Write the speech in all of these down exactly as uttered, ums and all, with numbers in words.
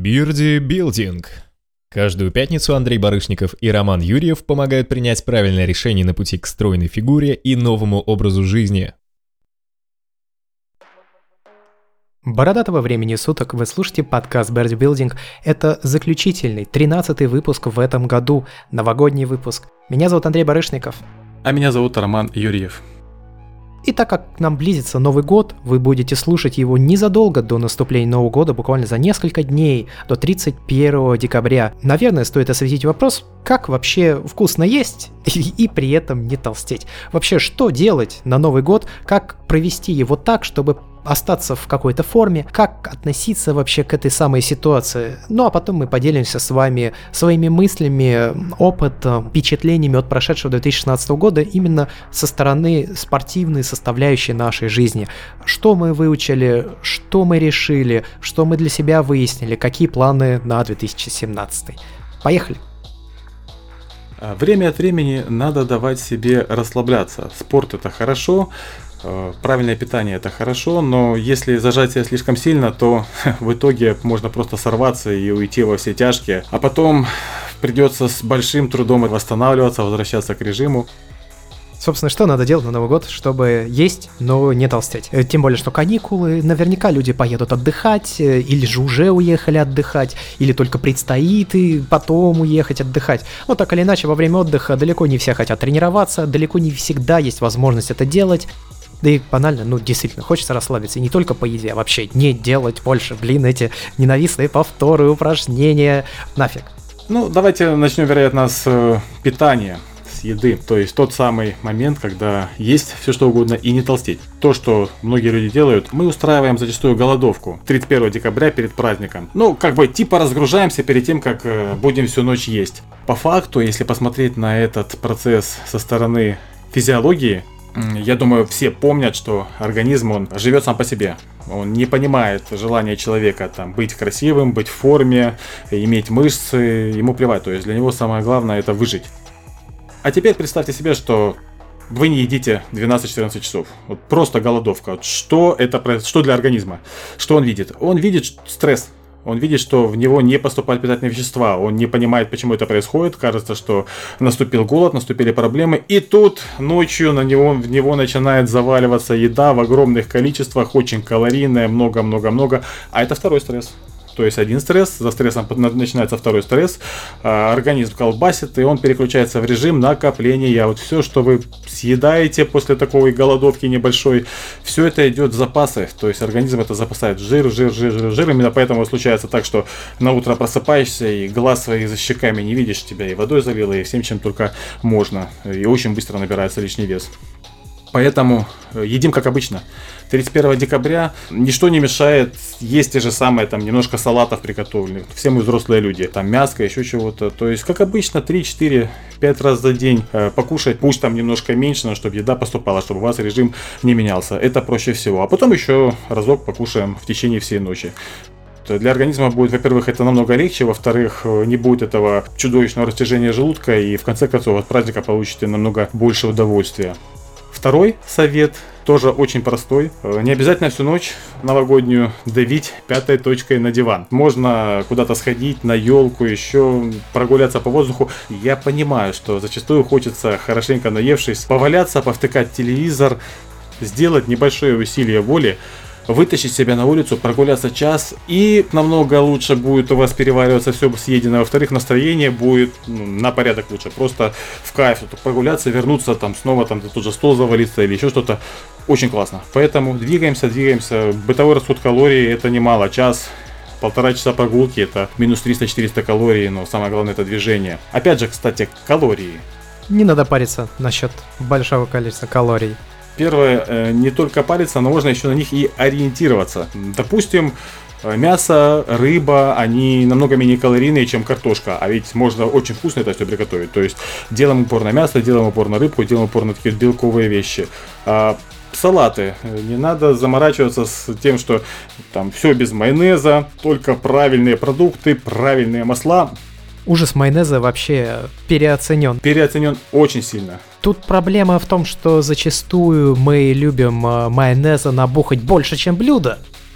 Бирди Билдинг. Каждую пятницу Андрей Барышников и Роман Юрьев помогают принять правильное решение на пути к стройной фигуре и новому образу жизни. Бородатого времени суток, вы слушаете подкаст Бирди Билдинг. Это заключительный, тринадцатый выпуск в этом году, новогодний выпуск. Меня зовут Андрей Барышников. А меня зовут Роман Юрьев. И так как к нам близится Новый год, вы будете слушать его незадолго до наступления Нового года, буквально за несколько дней, до тридцать первого декабря. Наверное, стоит осветить вопрос, как вообще вкусно есть и, и при этом не толстеть. Вообще, что делать на Новый год, как провести его так, чтобы остаться в какой-то форме, как относиться вообще к этой самой ситуации. Ну а потом мы поделимся с вами своими мыслями, опытом, впечатлениями от прошедшего две тысячи шестнадцатого года именно со стороны спортивной составляющей нашей жизни. Что мы выучили, что мы решили, что мы для себя выяснили, какие планы на две тысячи семнадцатый. Поехали! Время от времени надо давать себе расслабляться. Спорт — это хорошо, правильное питание — это хорошо, но если зажать себя слишком сильно, то в итоге можно просто сорваться и уйти во все тяжкие, а потом придется с большим трудом восстанавливаться, возвращаться к режиму. Собственно, что надо делать на Новый год, чтобы есть, но не толстеть? Тем более, что каникулы, наверняка люди поедут отдыхать, или же уже уехали отдыхать, или только предстоит и потом уехать отдыхать. Но так или иначе, во время отдыха далеко не все хотят тренироваться, далеко не всегда есть возможность это делать. Да и банально, ну действительно, хочется расслабиться, и не только по еде, а вообще не делать больше, блин, эти ненавистные повторы, упражнения, нафиг. Ну, давайте начнем, вероятно, с э, питания. С еды, то есть тот самый момент, когда есть все что угодно и не толстеть. То, что многие люди делают, мы устраиваем зачастую голодовку тридцать первого декабря перед праздником. Ну, как бы типа разгружаемся перед тем, как э, будем всю ночь есть. По факту, если посмотреть на этот процесс со стороны физиологии, я думаю, все помнят, что организм, он живет сам по себе. Он не понимает желания человека там, быть красивым, быть в форме, иметь мышцы, ему плевать. То есть для него самое главное — это выжить. А теперь представьте себе, что вы не едите двенадцать-четырнадцать часов. Вот просто голодовка. Что это, что для организма? Что он видит? Он видит стресс. Он видит, что в него не поступают питательные вещества. Он не понимает, почему это происходит. Кажется, что наступил голод, наступили проблемы. И тут ночью на него, в него начинает заваливаться еда в огромных количествах, очень калорийная, много-много-много. А это второй стресс. То есть один стресс, за стрессом начинается второй стресс, организм колбасит, и он переключается в режим накопления. Вот все, что вы съедаете после такой голодовки небольшой, все это идет в запасы. То есть организм это запасает жир, жир, жир, жир, жир. Именно поэтому случается так, что на утро просыпаешься, и глаз своих за щеками не видишь, тебя и водой залило, и всем, чем только можно. И очень быстро набирается лишний вес. Поэтому едим как обычно. тридцать первого декабря ничто не мешает есть те же самые, там, немножко салатов приготовленных. Все мы взрослые люди. Там мяско, еще чего-то. То есть, как обычно, три-четыре-пять раз за день э, покушать. Пусть там немножко меньше, но чтобы еда поступала, чтобы у вас режим не менялся. Это проще всего. А потом еще разок покушаем в течение всей ночи. Для организма будет, во-первых, это намного легче, во-вторых, не будет этого чудовищного растяжения желудка, и в конце концов от праздника получите намного больше удовольствия. Второй совет тоже очень простой. Не обязательно всю ночь новогоднюю давить пятой точкой на диван. Можно куда-то сходить, на елку, еще прогуляться по воздуху. Я понимаю, что зачастую хочется, хорошенько наевшись, поваляться, повтыкать телевизор, сделать небольшое усилие воли, вытащить себя на улицу, прогуляться час, и намного лучше будет у вас перевариваться все съеденное. Во-вторых, настроение будет ну, на порядок лучше. Просто в кайф прогуляться, вернуться, там снова там тот же стол завалиться или еще что-то. Очень классно. Поэтому двигаемся, двигаемся. Бытовой расход калорий — это немало. Час, полтора часа прогулки — это минус триста-четыреста калорий, но самое главное — это движение. Опять же, кстати, калории. Не надо париться насчет большого количества калорий. Первое, не только париться, но можно еще на них и ориентироваться. Допустим, мясо, рыба, они намного менее калорийные, чем картошка. А ведь можно очень вкусно это все приготовить. То есть делаем упор на мясо, делаем упор на рыбку, делаем упор на такие белковые вещи. А, салаты. Не надо заморачиваться с тем, что там все без майонеза, только правильные продукты, правильные масла. Ужас майонеза вообще переоценен. Переоценен очень сильно. Тут проблема в том, что зачастую мы любим майонеза набухать больше, чем блюдо.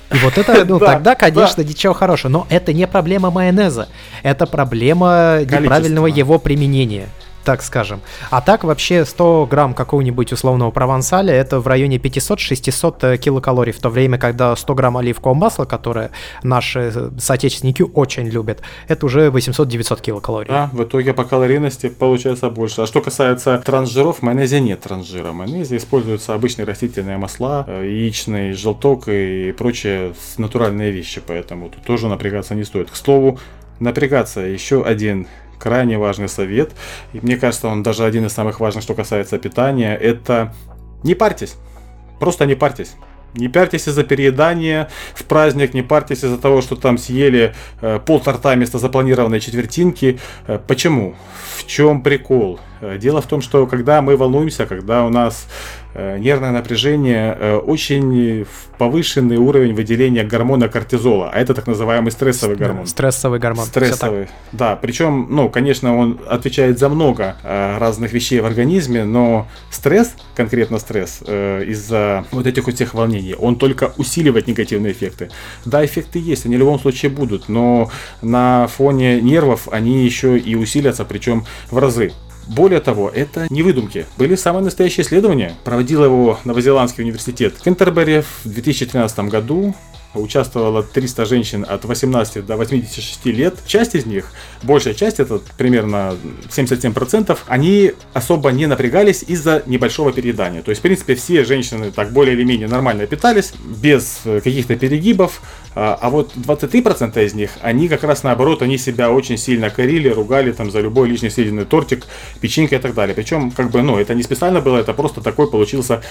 И вот это, ну, тогда, конечно, ничего хорошего. Но это не проблема майонеза. Это проблема неправильного его применения, так скажем. А так вообще сто грамм какого-нибудь условного провансаля это в районе пятьсот-шестьсот килокалорий, в то время, когда сто грамм оливкового масла, которое наши соотечественники очень любят, это уже восемьсот-девятьсот килокалорий. Да, в итоге по калорийности получается больше. А что касается трансжиров, в майонезе нет трансжира. В майонезе используются обычные растительные масла, яичный желток и прочие натуральные вещи, поэтому тут тоже напрягаться не стоит. К слову, напрягаться еще один крайне важный совет, и мне кажется, он даже один из самых важных, что касается питания, это не парьтесь, просто не парьтесь. Не парьтесь из-за переедания в праздник, не парьтесь из-за того, что там съели э, пол торта вместо запланированной четвертинки. Э, почему? В чем прикол? Э, дело в том, что когда мы волнуемся, когда у нас э, нервное напряжение, э, очень повышенный уровень выделения гормона кортизола, а это так называемый стрессовый гормон. Стрессовый гормон. Стрессовый, да. Причем, ну, конечно, он отвечает за много э, разных вещей в организме, но стресс, конкретно стресс, э, из-за вот этих вот всех волнений, он только усиливает негативные эффекты. Да, эффекты есть, они в любом случае будут, но на фоне нервов они еще и усилятся, причем в разы. Более того, это не выдумки. Были самые настоящие исследования. Проводил его Новозеландский университет в Кентербери в две тысячи тринадцатом году. Участвовало триста женщин от восемнадцати до восьмидесяти шести лет. Часть из них, большая часть, это примерно семьдесят семь процентов, они особо не напрягались из-за небольшого переедания. То есть, в принципе, все женщины так более или менее нормально питались, без каких-то перегибов. А вот двадцать три процента из них, они как раз наоборот, они себя очень сильно корили, ругали там за любой лишний съеденный тортик, печенька и так далее. Причем, как бы, ну, это не специально было, это просто такой получился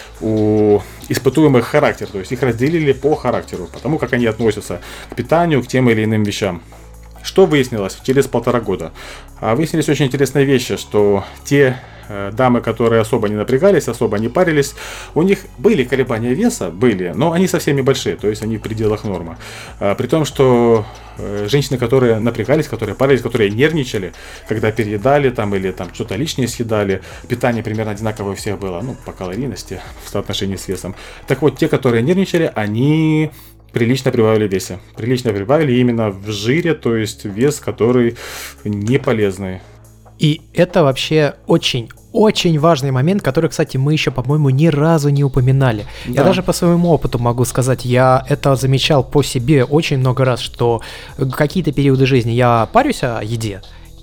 у испытуемых характер. То есть их разделили по характеру, потому как они относятся к питанию, к тем или иным вещам. Что выяснилось через полтора года? Выяснились очень интересные вещи, что те дамы, которые особо не напрягались, особо не парились, у них были колебания веса, были, но они совсем небольшие, то есть они в пределах нормы. При том, что женщины, которые напрягались, которые парились, которые нервничали, когда переедали там или там что-то лишнее съедали, питание примерно одинаковое у всех было, ну, по калорийности в соотношении с весом. Так вот, те, которые нервничали, они прилично прибавили в весе. Прилично прибавили именно в жире, то есть вес, который не полезный. И это вообще очень-очень важный момент, который, кстати, мы еще, по-моему, ни разу не упоминали. Да. Я даже по своему опыту могу сказать, я это замечал по себе очень много раз, что какие-то периоды жизни я парюсь о еде,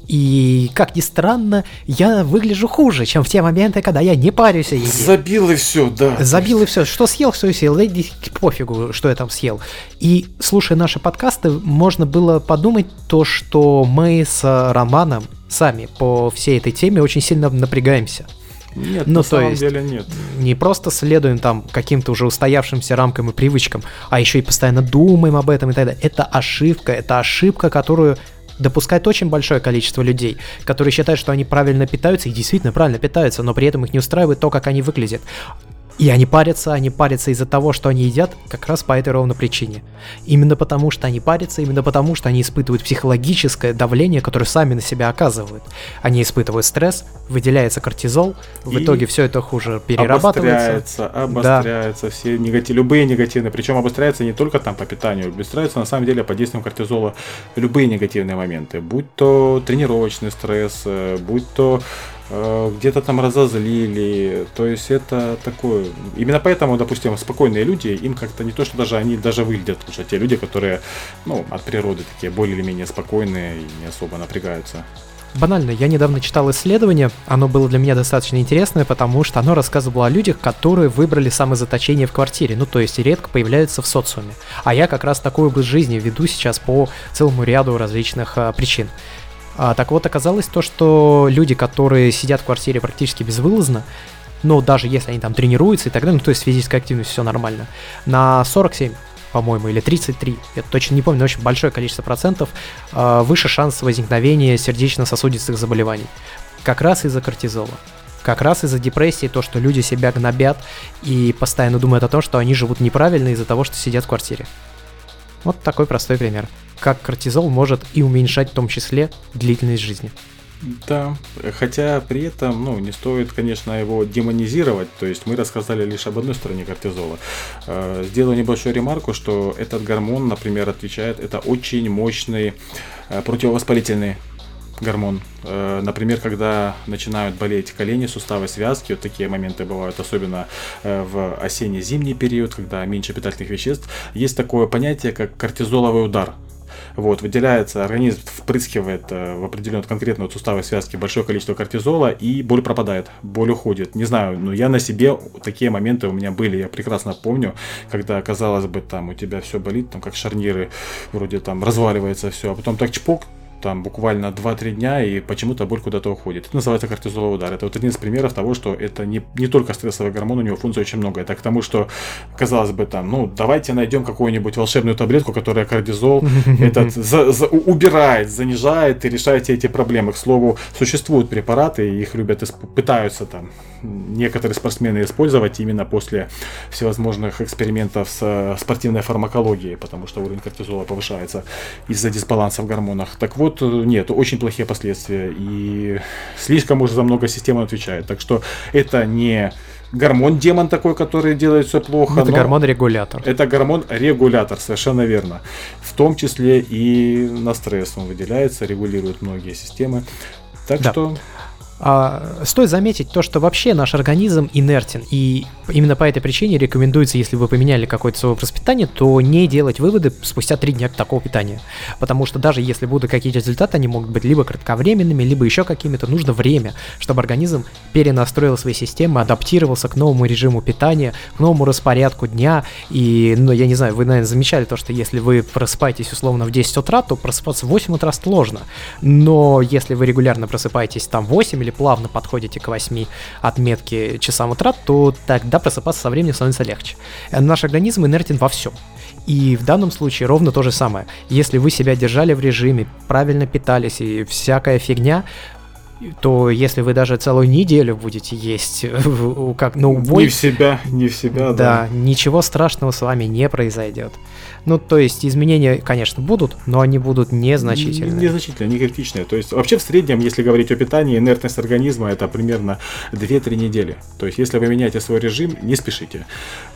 и, как ни странно, я выгляжу хуже, чем в те моменты, когда я не парюсь о еде. Забил и все, да. Забил и все. Что съел, все и съел. Да пофигу, что я там съел. И, слушая наши подкасты, можно было подумать то, что мы с Романом сами по всей этой теме очень сильно напрягаемся. Нет, ну, на то самом есть, деле нет. Не просто следуем там каким-то уже устоявшимся рамкам и привычкам, а еще и постоянно думаем об этом и так далее. Это ошибка, это ошибка, которую допускает очень большое количество людей, которые считают, что они правильно питаются и действительно правильно питаются, но при этом их не устраивает то, как они выглядят. И они парятся, они парятся из-за того, что они едят, как раз по этой ровно причине. Именно потому, что они парятся, именно потому, что они испытывают психологическое давление, которое сами на себя оказывают. Они испытывают стресс, выделяется кортизол, в и итоге все это хуже перерабатывается. Обостряется, обостряется, да. Все негатив, любые негативные, причем обостряется не только там по питанию, обостряется на самом деле под действием кортизола любые негативные моменты, будь то тренировочный стресс, будь то где-то там разозлили, то есть это такое. Именно поэтому, допустим, спокойные люди, им как-то не то, что даже они даже выглядят лучше, те люди, которые, ну, от природы такие более или менее спокойные и не особо напрягаются. Банально, я недавно читал исследование, оно было для меня достаточно интересное, потому что оно рассказывало о людях, которые выбрали самозаточение в квартире, ну то есть редко появляются в социуме. А я как раз такой образ жизни веду сейчас по целому ряду различных а, причин. А, так вот, оказалось то, что люди, которые сидят в квартире практически безвылазно, но даже если они там тренируются и так далее, ну то есть с физической активностью все нормально, на сорок семь, по-моему, или тридцать три, я точно не помню, но очень большое количество процентов, э, выше шанс возникновения сердечно-сосудистых заболеваний. Как раз из-за кортизола. Как раз из-за депрессии, то, что люди себя гнобят и постоянно думают о том, что они живут неправильно из-за того, что сидят в квартире. Вот такой простой пример. Как кортизол может и уменьшать в том числе длительность жизни. Да, хотя при этом, ну, не стоит, конечно, его демонизировать, то есть мы рассказали лишь об одной стороне кортизола. Сделаю небольшую ремарку, что этот гормон, например, отвечает, это очень мощный противовоспалительный гормон. Например, когда начинают болеть колени, суставы, связки, вот такие моменты бывают, особенно в осенне-зимний период, когда меньше питательных веществ, есть такое понятие, как кортизоловый удар. Вот, выделяется, организм впрыскивает в определенную конкретную суставы связки большое количество кортизола, и боль пропадает, боль уходит. Не знаю, но я на себе, такие моменты у меня были, я прекрасно помню, когда, казалось бы, там у тебя все болит, там как шарниры, вроде там разваливается все, а потом так чпок, там буквально два-три дня, и почему-то боль куда-то уходит. Это называется кортизоловый удар. Это вот один из примеров того, что это не, не только стрессовый гормон, у него функций очень много. Это к тому, что, казалось бы, там, ну, давайте найдем какую-нибудь волшебную таблетку, которая кортизол этот за, за, убирает, занижает и решает эти проблемы. К слову, существуют препараты, их любят, пытаются там некоторые спортсмены использовать именно после всевозможных экспериментов с спортивной фармакологией, потому что уровень кортизола повышается из-за дисбаланса в гормонах. Так вот, нет, очень плохие последствия, и слишком уж за много систем отвечает. Так что это не гормон-демон такой, который делает все плохо. Это гормон-регулятор. Это гормон-регулятор, совершенно верно. В том числе и на стресс он выделяется, регулирует многие системы. Так да. что... А, стоит заметить то, что вообще наш организм инертен, и именно по этой причине рекомендуется, если вы поменяли какое-то свое образ питания, то не делать выводы спустя три дня такого питания, потому что даже если будут какие-то результаты, они могут быть либо кратковременными, либо еще какими-то, нужно время, чтобы организм перенастроил свои системы, адаптировался к новому режиму питания, к новому распорядку дня, и, ну, я не знаю, вы, наверное, замечали то, что если вы просыпаетесь условно в десять утра, то просыпаться в восемь утра сложно, но если вы регулярно просыпаетесь там в восемь или плавно подходите к восьми отметки часам утра, то тогда просыпаться со временем становится легче. Наш организм инертен во всем. И в данном случае ровно то же самое. Если вы себя держали в режиме, правильно питались и всякая фигня, то если вы даже целую неделю будете есть как на убой... Не в себя, не в себя, да. Да, ничего страшного с вами не произойдет. Ну, то есть изменения, конечно, будут, но они будут незначительные. Незначительные, не критичные. То есть вообще в среднем, если говорить о питании, инертность организма это примерно две-три недели. То есть если вы меняете свой режим, не спешите.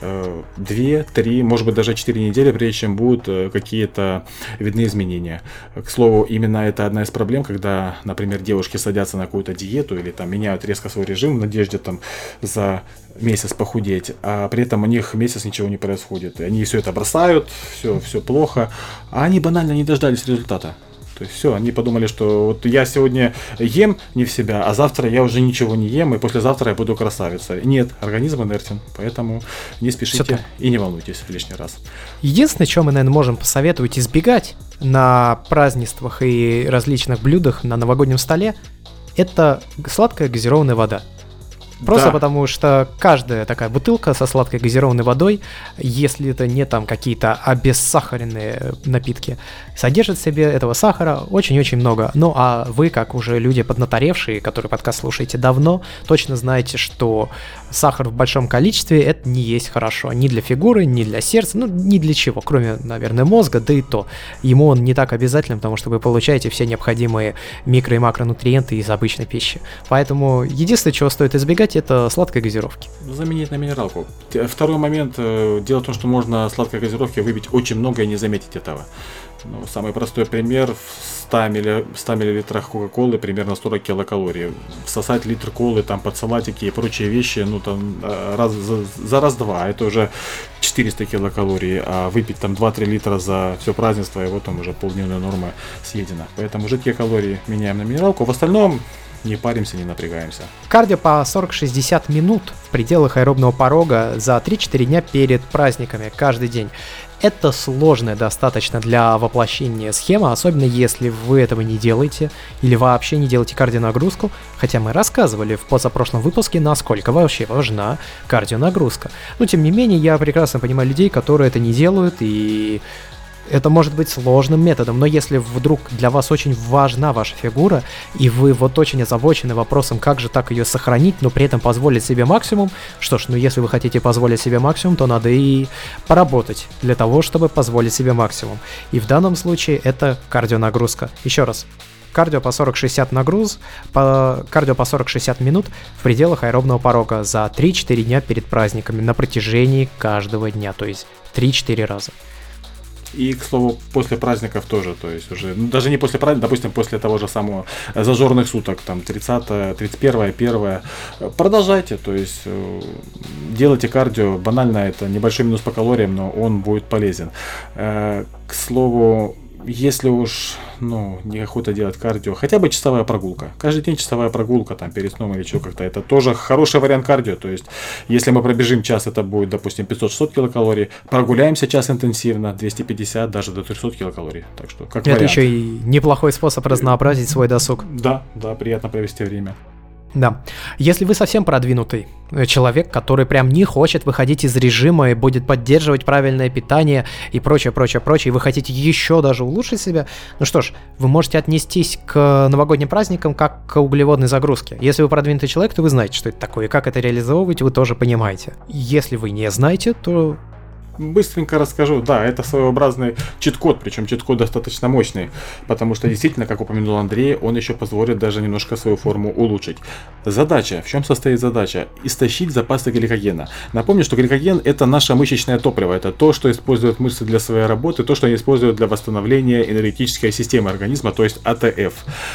две-три, может быть даже четыре недели, прежде чем будут какие-то видны изменения. К слову, именно это одна из проблем, когда, например, девушки садятся на какую-то диету или там меняют резко свой режим в надежде там за месяц похудеть, а при этом у них месяц ничего не происходит. И они все это бросают, все, все плохо, а они банально не дождались результата. То есть все, они подумали, что вот я сегодня ем не в себя, а завтра я уже ничего не ем, и послезавтра я буду красавицей. Нет, организм инертен, поэтому не спешите и не волнуйтесь лишний раз. Единственное, что мы, наверное, можем посоветовать избегать на празднествах и различных блюдах на новогоднем столе, это сладкая газированная вода. Просто да. Потому что каждая такая бутылка со сладкой газированной водой, если это не там какие-то обессахаренные напитки, содержит в себе этого сахара очень-очень много. Ну а вы, как уже люди поднаторевшие, которые подкаст слушаете давно, точно знаете, что сахар в большом количестве это не есть хорошо. Ни для фигуры, ни для сердца, ну ни для чего, кроме, наверное, мозга, да и то. Ему он не так обязателен, потому что вы получаете все необходимые микро- и макронутриенты из обычной пищи. Поэтому единственное, чего стоит избегать, это сладкой газировки. Заменить на минералку. Второй момент. Дело в том, что можно сладкой газировки выпить очень много и не заметить этого. Ну, самый простой пример. В ста миллилитрах кока-колы примерно сорок килокалорий. Всосать литр колы там под салатики и прочие вещи, ну там раз, за, за раз-два, это уже четыреста килокалорий, а выпить там два-три литра за все празднество, и вот там уже полдневная норма съедена. Поэтому жидкие калории меняем на минералку. В остальном не паримся, не напрягаемся. Кардио по сорок-шестьдесят минут в пределах аэробного порога за три-четыре дня перед праздниками каждый день. Это сложная достаточно для воплощения схема, особенно если вы этого не делаете или вообще не делаете кардионагрузку, хотя мы рассказывали в позапрошлом выпуске, насколько вообще важна кардионагрузка. Но тем не менее, я прекрасно понимаю людей, которые это не делают, и это может быть сложным методом, но если вдруг для вас очень важна ваша фигура, и вы вот очень озабочены вопросом, как же так ее сохранить, но при этом позволить себе максимум, что ж, ну если вы хотите позволить себе максимум, то надо и поработать для того, чтобы позволить себе максимум. И в данном случае это кардионагрузка. Еще раз, кардио по сорок-шестьдесят нагруз, по кардио по сорок-шестьдесят минут в пределах аэробного порога за три-четыре дня перед праздниками на протяжении каждого дня, то есть три-четыре раза. И, к слову, после праздников тоже, то есть уже, ну, даже не после праздника, допустим, после того же самого зажорных суток, там, тридцатое, тридцать первое, первое, продолжайте, то есть делайте кардио, банально это небольшой минус по калориям, но он будет полезен. К слову, если уж, ну, неохота делать кардио, хотя бы часовая прогулка. Каждый день часовая прогулка, там, перед сном или что как-то, это тоже хороший вариант кардио. То есть, если мы пробежим час, это будет, допустим, пятьсот-шестьсот килокалорий. Прогуляемся час интенсивно, двести пятьдесят, даже до триста килокалорий. Так что, как это вариант. Еще и неплохой способ разнообразить свой досуг. Да, да, приятно провести время. Да. Если вы совсем продвинутый человек, который прям не хочет выходить из режима и будет поддерживать правильное питание и прочее, прочее, прочее, и вы хотите еще даже улучшить себя, ну что ж, вы можете отнестись к новогодним праздникам как к углеводной загрузке. Если вы продвинутый человек, то вы знаете, что это такое, и как это реализовывать, вы тоже понимаете. Если вы не знаете, то... Быстренько расскажу. Да, это своеобразный чит-код, причем чит-код достаточно мощный, потому что действительно, как упомянул Андрей, он еще позволит даже немножко свою форму улучшить. Задача. В чем состоит задача? Истощить запасы гликогена. Напомню, что гликоген – это наше мышечное топливо, это то, что используют мышцы для своей работы, то, что они используют для восстановления энергетической системы организма, то есть А Т Ф.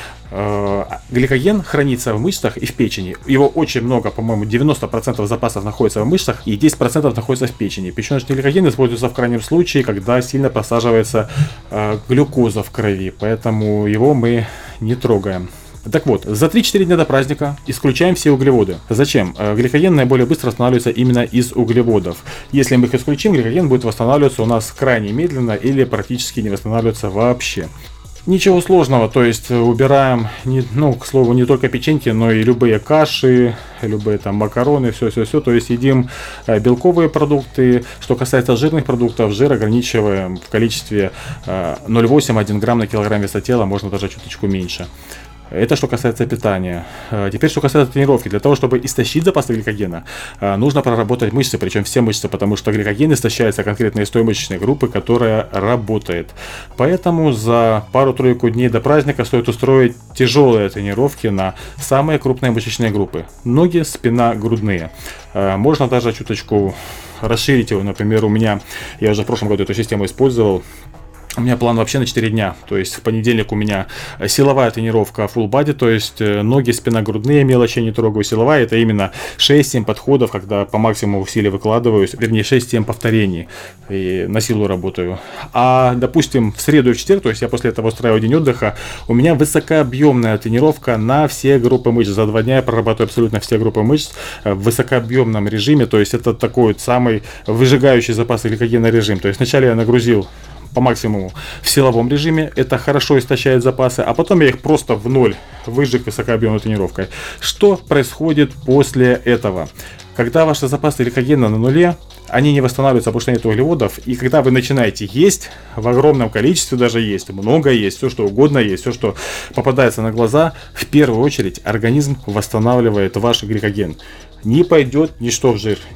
Гликоген хранится в мышцах и в печени. Его очень много, по-моему, девяносто процентов запасов находится в мышцах и десять процентов находится в печени. Печеночный гликоген используется в крайнем случае, когда сильно просаживается э, глюкоза в крови, поэтому его мы не трогаем. Так вот, за три-четыре дня до праздника исключаем все углеводы. Зачем? Гликоген наиболее быстро восстанавливается именно из углеводов. Если мы их исключим, гликоген будет восстанавливаться у нас крайне медленно или практически не восстанавливаться вообще. Ничего сложного, то есть убираем, не, ну, к слову, не только печеньки, но и любые каши, любые там макароны, все-все-все, то есть едим белковые продукты. Что касается жирных продуктов, жир ограничиваем в количестве ноль целых восемь десятых - один грамм на килограмм веса тела, можно даже чуточку меньше. Это что касается питания. Теперь, что касается тренировки. Для того, чтобы истощить запасы гликогена, нужно проработать мышцы, причем все мышцы, потому что гликоген истощается конкретно из той мышечной группы, которая работает. Поэтому за пару-тройку дней до праздника стоит устроить тяжелые тренировки на самые крупные мышечные группы. Ноги, спина, грудные. Можно даже чуточку расширить его. Например, у меня, я уже в прошлом году эту систему использовал. У меня план вообще на четыре дня, то есть в понедельник у меня силовая тренировка full body, то есть ноги, спина, грудные мелочи не трогаю. Силовая — это именно шесть-семь подходов, когда по максимуму усилий выкладываюсь, вернее шесть-семь повторений и на силу работаю. А, допустим, в среду и в четверг, то есть я после этого устраиваю день отдыха, у меня высокообъемная тренировка на все группы мышц. За два дня я прорабатываю абсолютно все группы мышц в высокообъемном режиме, то есть это такой вот самый выжигающий запасы гликогена режим. То есть вначале я нагрузил по максимуму в силовом режиме, это хорошо истощает запасы, а потом я их просто в ноль выжег высокообъемной тренировкой. Что происходит после этого? Когда ваши запасы гликогена на нуле, они не восстанавливаются, потому что нет углеводов, и когда вы начинаете есть, в огромном количестве даже есть, много есть, все что угодно есть, все что попадается на глаза, в первую очередь организм восстанавливает ваш гликоген. Не пойдет ничто в жир,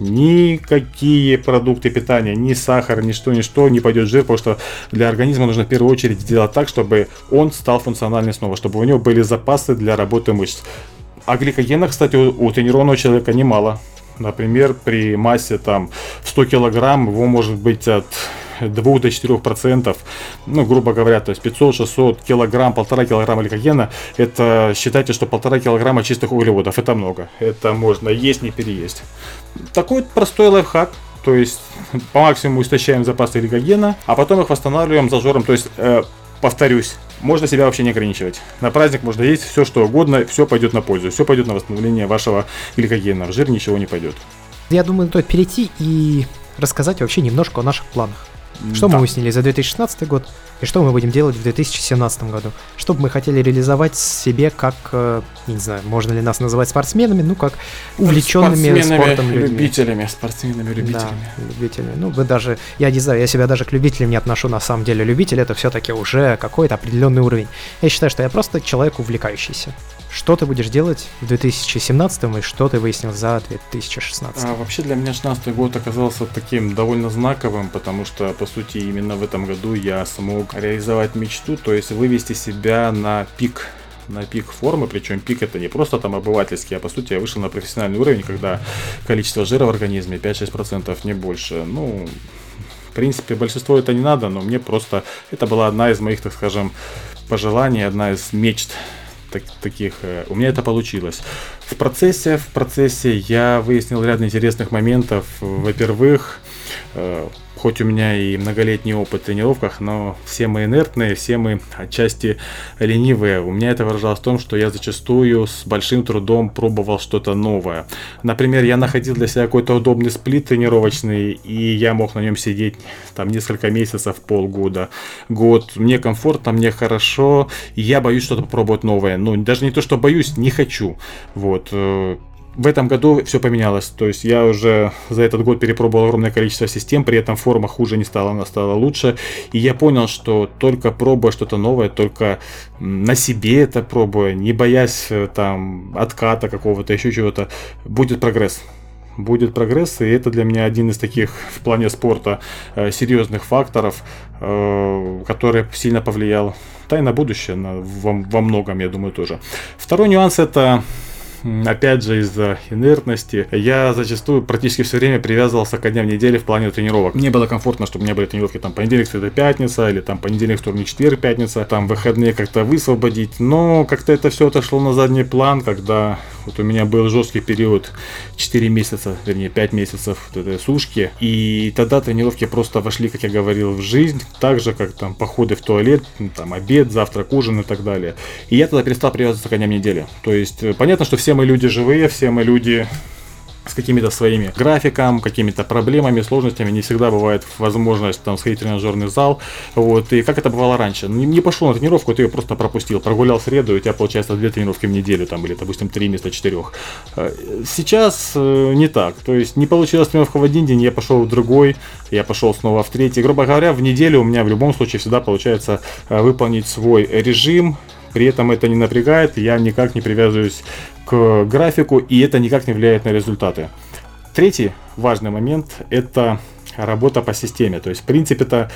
никакие продукты питания, ни сахар, ничто, ничто не пойдет в жир, потому что для организма нужно в первую очередь сделать так, чтобы он стал функциональным снова, чтобы у него были запасы для работы мышц. А гликогена, кстати, у, у тренированного человека немало. Например, при массе там сто килограмм его может быть от двух до четырёх процентов, ну, грубо говоря, то есть пятьсот-шестьсот килограмм, полтора килограмма гликогена, это считайте, что полтора килограмма чистых углеводов, это много, это можно есть, не переесть. Такой простой лайфхак, то есть по максимуму истощаем запасы гликогена, а потом их восстанавливаем зажором, то есть, э, повторюсь, можно себя вообще не ограничивать. На праздник можно есть все, что угодно, все пойдет на пользу, все пойдет на восстановление вашего гликогена, в жир ничего не пойдет. Я думаю, стоит перейти и рассказать вообще немножко о наших планах. Что да. мы выяснили за две тысячи шестнадцатый год и что мы будем делать в две тысячи семнадцатом году? Что бы мы хотели реализовать себе как, я не знаю, можно ли нас называть спортсменами, ну как увлеченными спортом людьми. любителями, спортсменами, любителями. Да, любителями. Ну, вы даже, я не знаю, я себя даже к любителям не отношу на самом деле. Любитель — это все-таки уже какой-то определенный уровень. Я считаю, что я просто человек увлекающийся. Что ты будешь делать в две тысячи семнадцатом и что ты выяснил за две тысячи шестнадцатый? А, вообще для меня шестнадцатый год оказался таким довольно знаковым, потому что, по сути, именно в этом году я смог смог реализовать мечту, то есть вывести себя на пик на пик формы, причем пик это не просто там обывательский, а по сути я вышел на профессиональный уровень, когда количество жира в организме пять-шесть процентов, не больше. Ну, в принципе, большинство это не надо, но мне просто, это была одна из моих, так скажем, пожеланий, одна из мечт так, таких. У меня это получилось. В процессе, в процессе я выяснил ряд интересных моментов. Во-первых, хоть у меня и многолетний опыт в тренировках, но все мы инертные, все мы отчасти ленивые. У меня это выражалось в том, что я зачастую с большим трудом пробовал что-то новое. Например, я находил для себя какой-то удобный сплит тренировочный, и я мог на нем сидеть там несколько месяцев, полгода, год. Мне комфортно, мне хорошо, и я боюсь что-то попробовать новое. Ну, даже не то, что боюсь, не хочу. Вот. В этом году все поменялось, то есть я уже за этот год перепробовал огромное количество систем, при этом форма хуже не стала, она стала лучше, и я понял, что только пробуя что-то новое, только на себе это пробуя, не боясь там отката какого-то, еще чего-то, будет прогресс. Будет прогресс, и это для меня один из таких в плане спорта э, серьезных факторов, э, который сильно повлиял, да и на будущее, на, во, во многом, я думаю, тоже. Второй нюанс это... Опять же, из-за инертности я зачастую практически все время привязывался к дням недели в плане тренировок. Мне было комфортно, чтобы у меня были тренировки там понедельник, среда, пятница, или там понедельник, вторник, четверг, пятница, там выходные как-то высвободить. Но как-то это все отошло на задний план, когда вот у меня был жесткий период четыре месяца, вернее пять месяцев вот этой сушки. И тогда тренировки просто вошли, как я говорил, в жизнь, так же, как там походы в туалет, там обед, завтрак, ужин и так далее. И я тогда перестал привязываться к дням недели. То есть понятно, что все Все мы люди живые, все мы люди с какими-то своими графиком, какими-то проблемами, сложностями. Не всегда бывает возможность там сходить в тренажерный зал. Вот. И как это бывало раньше? Не, не пошел на тренировку, ты ее просто пропустил. Прогулял среду, и у тебя получается две тренировки в неделю, там, или, допустим, три вместо четырех. Сейчас э, не так. То есть не получилась тренировка в один день, я пошел в другой, я пошел снова в третий. Грубо говоря, в неделю у меня в любом случае всегда получается э, выполнить свой режим. При этом это не напрягает, я никак не привязываюсь к графику, и это никак не влияет на результаты. Третий важный момент – это работа по системе. То есть, в принципе, это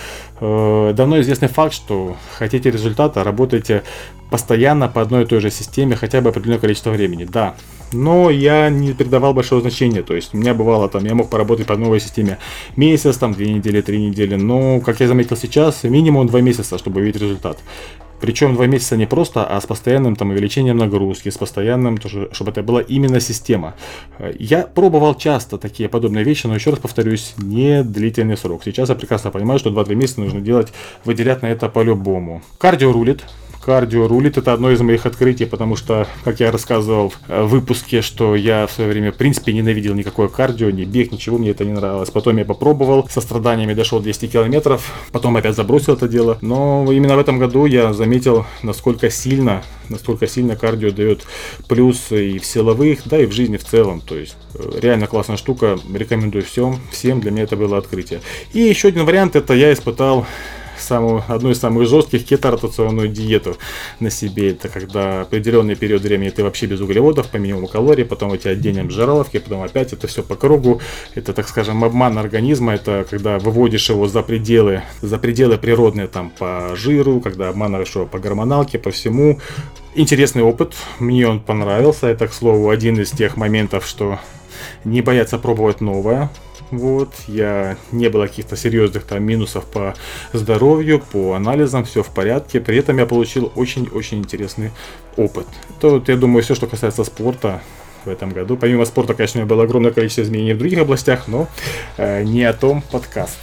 э, давно известный факт, что хотите результата, работайте постоянно по одной и той же системе хотя бы определенное количество времени. Да, но я не придавал большого значения. То есть, у меня бывало, там, я мог поработать по новой системе месяц, там, две недели, три недели. Но, как я заметил сейчас, минимум два месяца, чтобы увидеть результат. Причем два месяца не просто, а с постоянным там увеличением нагрузки, с постоянным, тоже, чтобы это была именно система. Я пробовал часто такие подобные вещи, но еще раз повторюсь, не длительный срок. Сейчас я прекрасно понимаю, что два-три месяца нужно делать, выделять на это по-любому. Кардио рулит. Кардио рулит, это одно из моих открытий, потому что, как я рассказывал в выпуске, что я в свое время в принципе ненавидел никакое кардио, ни бег, ничего, мне это не нравилось. Потом я попробовал, со страданиями дошел двести километров, потом опять забросил это дело. Но именно в этом году я заметил, насколько сильно, насколько сильно кардио дает плюсы и в силовых, да и в жизни в целом. То есть реально классная штука, рекомендую всем, всем, для меня это было открытие. И еще один вариант, это я испытал самую, одну из самых жестких кето-ротационную диету на себе. Это когда определенный период времени ты вообще без углеводов, по минимуму калорий, потом у тебя день обжираловки, потом опять это все по кругу. Это, так скажем, обман организма, это когда выводишь его за пределы, за пределы природные там по жиру, когда обманываешь его по гормоналке, по всему. Интересный опыт, мне он понравился. Это, к слову, один из тех моментов, что не бояться пробовать новое. Вот, я не было каких-то серьезных там минусов по здоровью, по анализам, все в порядке. При этом я получил очень-очень интересный опыт. Это, вот, я думаю, все, что касается спорта в этом году. Помимо спорта, конечно, у меня было огромное количество изменений в других областях, но э, не о том подкаст.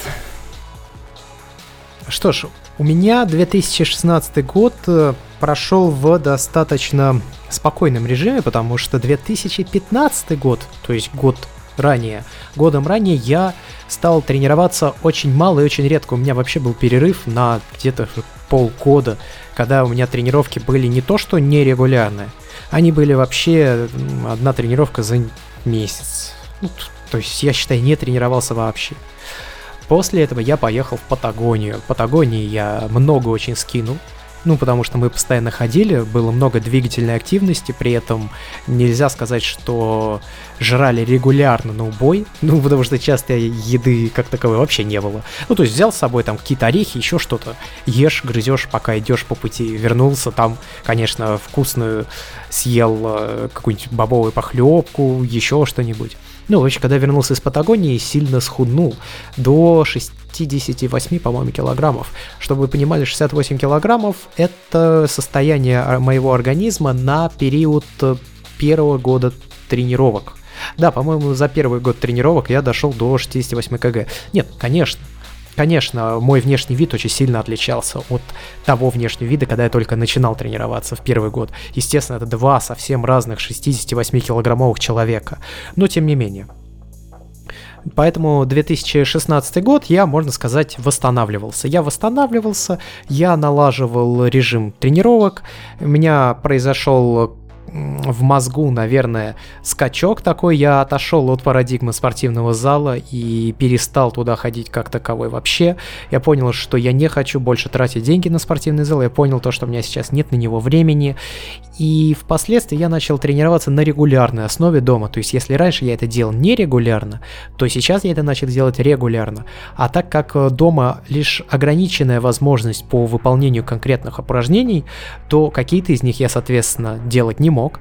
Что ж, у меня две тысячи шестнадцатый год прошел в достаточно спокойном режиме, потому что две тысячи пятнадцатый год, то есть год ранее, годом ранее я стал тренироваться очень мало и очень редко. У меня вообще был перерыв на где-то полгода, когда у меня тренировки были не то что нерегулярные, они были вообще одна тренировка за месяц. Ну, то есть я, считай, не тренировался вообще. После этого я поехал в Патагонию. В Патагонии я много очень скинул. Ну, потому что мы постоянно ходили, было много двигательной активности, при этом нельзя сказать, что жрали регулярно на убой, ну, потому что часто еды как таковой вообще не было. Ну, то есть взял с собой там какие-то орехи, еще что-то, ешь, грызешь, пока идешь по пути, вернулся, там, конечно, вкусную съел э, какую-нибудь бобовую похлебку, еще что-нибудь. Ну, вообще, когда вернулся из Патагонии, сильно схуднул до шестьдесят восемь, по-моему, килограммов. Чтобы вы понимали, шестьдесят восемь килограммов – это состояние моего организма на период первого года тренировок. Да, по-моему, за первый год тренировок я дошел до шестьдесят восемь килограмм. Нет, конечно. Конечно, мой внешний вид очень сильно отличался от того внешнего вида, когда я только начинал тренироваться в первый год. Естественно, это два совсем разных шестидесятивосьмикилограммовых человека. Но тем не менее. Поэтому две тысячи шестнадцатый год я, можно сказать, восстанавливался. Я восстанавливался, я налаживал режим тренировок, у меня произошел в мозгу, наверное, скачок такой, я отошел от парадигмы спортивного зала и перестал туда ходить как таковой вообще. Я понял, что я не хочу больше тратить деньги на спортивный зал, я понял то, что у меня сейчас нет на него времени, и впоследствии я начал тренироваться на регулярной основе дома. То есть, если раньше я это делал нерегулярно, то сейчас я это начал делать регулярно. А так как дома лишь ограниченная возможность по выполнению конкретных упражнений, то какие-то из них я, соответственно, делать не мог.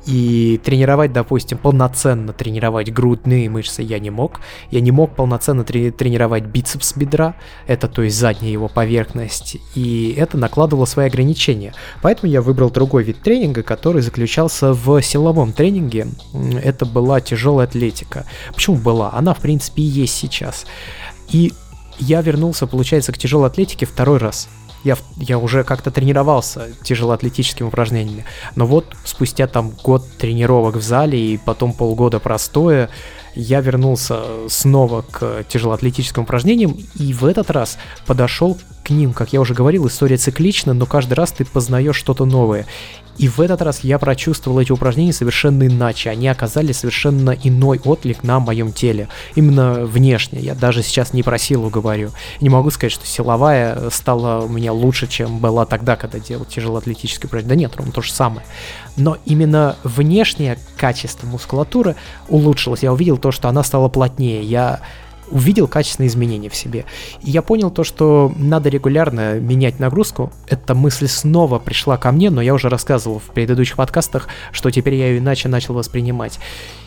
И тренировать, допустим, полноценно тренировать грудные мышцы я не мог. Я не мог полноценно трени- тренировать бицепс бедра, это то есть задняя его поверхность, и это накладывало свои ограничения. Поэтому я выбрал другой вид тренинга, который заключался в силовом тренинге. Это была тяжелая атлетика. Почему была? Она, в принципе, и есть сейчас. И я вернулся, получается, к тяжелой атлетике второй раз. Я, я уже как-то тренировался тяжелоатлетическими упражнениями, но вот спустя там год тренировок в зале и потом полгода простоя, я вернулся снова к тяжелоатлетическим упражнениям и в этот раз подошел к ним. Как я уже говорил, история циклична, но каждый раз ты познаешь что-то новое. И в этот раз я прочувствовал эти упражнения совершенно иначе. Они оказали совершенно иной отклик на моем теле. Именно внешне. Я даже сейчас не про силу говорю. Не могу сказать, что силовая стала у меня лучше, чем была тогда, когда делал тяжелоатлетические упражнения. Да нет, ровно то же самое. Но именно внешнее качество мускулатуры улучшилось. Я увидел то, что она стала плотнее. Я увидел качественные изменения в себе. И я понял то, что надо регулярно менять нагрузку. Эта мысль снова пришла ко мне, но я уже рассказывал в предыдущих подкастах, что теперь я ее иначе начал воспринимать.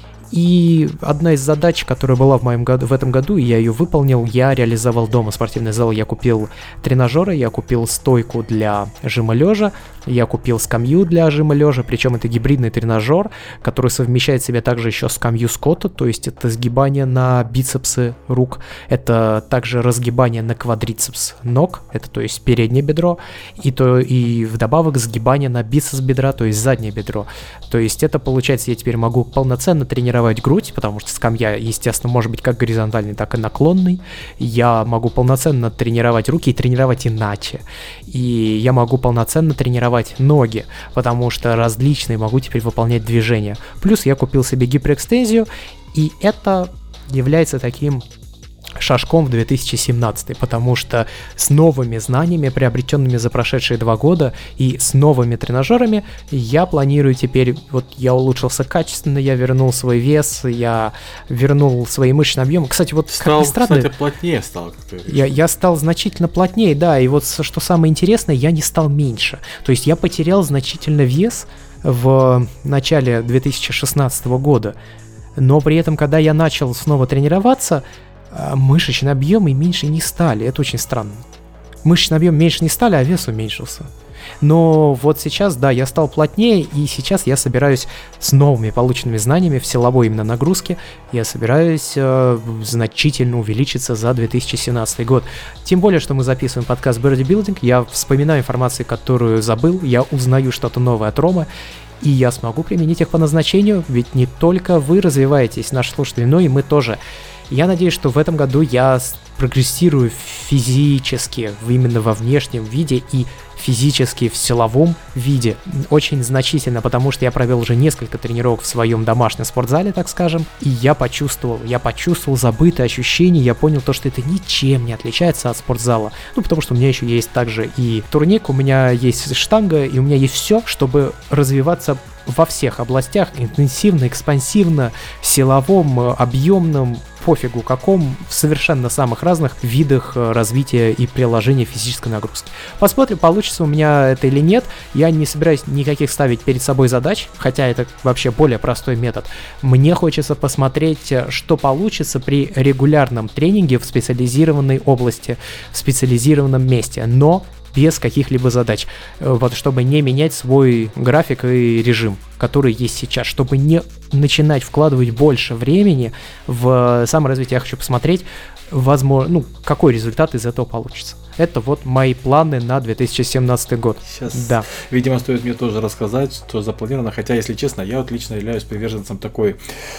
И одна из задач, которая была в моем году, в этом году, и я ее выполнил, я реализовал дома спортивный зал. Я купил тренажеры, я купил стойку для жима лежа, я купил скамью для жима лежа, причем это гибридный тренажер, который совмещает в себе также еще скамью Скотта, то есть это сгибание на бицепсы рук, это также разгибание на квадрицепс ног, это то есть переднее бедро, и, то, и вдобавок сгибание на бицепс бедра, то есть заднее бедро. То есть это получается, я теперь могу полноценно тренировать грудь, потому что скамья, естественно, может быть как горизонтальной, так и наклонной. Я могу полноценно тренировать руки и тренировать иначе. И я могу полноценно тренировать ноги, потому что различные могу теперь выполнять движения. Плюс я купил себе гиперэкстензию, и это является таким шажком в две тысячи семнадцатый, потому что с новыми знаниями, приобретенными за прошедшие два года, и с новыми тренажерами, я планирую теперь, вот я улучшился качественно, я вернул свой вес, я вернул свои мышечные объемы. Кстати, вот стал, как ни странно, кстати, плотнее стал. Я, я стал значительно плотнее, да, и вот что самое интересное, я не стал меньше. То есть я потерял значительно вес в начале две тысячи шестнадцатого года, но при этом, когда я начал снова тренироваться, мышечные объемы меньше не стали. Это очень странно. Мышечный объем меньше не стали, а вес уменьшился. Но вот сейчас, да, я стал плотнее, и сейчас я собираюсь с новыми полученными знаниями в силовой именно нагрузке, я собираюсь э, значительно увеличиться за две тысячи семнадцатый год. Тем более, что мы записываем подкаст Bodybuilding, я вспоминаю информацию, которую забыл, я узнаю что-то новое от Ромы, и я смогу применить их по назначению, ведь не только вы развиваетесь, наши слушатели, но и мы тоже. Я надеюсь, что в этом году я прогрессирую физически, именно во внешнем виде, и физически в силовом виде очень значительно, потому что я провел уже несколько тренировок в своем домашнем спортзале, так скажем, и я почувствовал, я почувствовал забытые ощущения, я понял то, что это ничем не отличается от спортзала. Ну, потому что у меня еще есть также и турник, у меня есть штанга, и у меня есть все, чтобы развиваться во всех областях, интенсивно, экспансивно, силовом, объемном, пофигу каком, в совершенно самых разных видах развития и приложения физической нагрузки. Посмотрим, получится у меня это или нет. Я не собираюсь никаких ставить перед собой задач, хотя это вообще более простой метод. Мне хочется посмотреть, что получится при регулярном тренинге в специализированной области, в специализированном месте, но без каких-либо задач, вот, чтобы не менять свой график и режим, который есть сейчас, чтобы не начинать вкладывать больше времени в саморазвитие. Я хочу посмотреть, возможно, ну, какой результат из этого получится. Это вот мои планы на две тысячи семнадцатый год. Сейчас, да. Видимо, стоит мне тоже рассказать, что запланировано, хотя, если честно, я вот лично являюсь приверженцем такой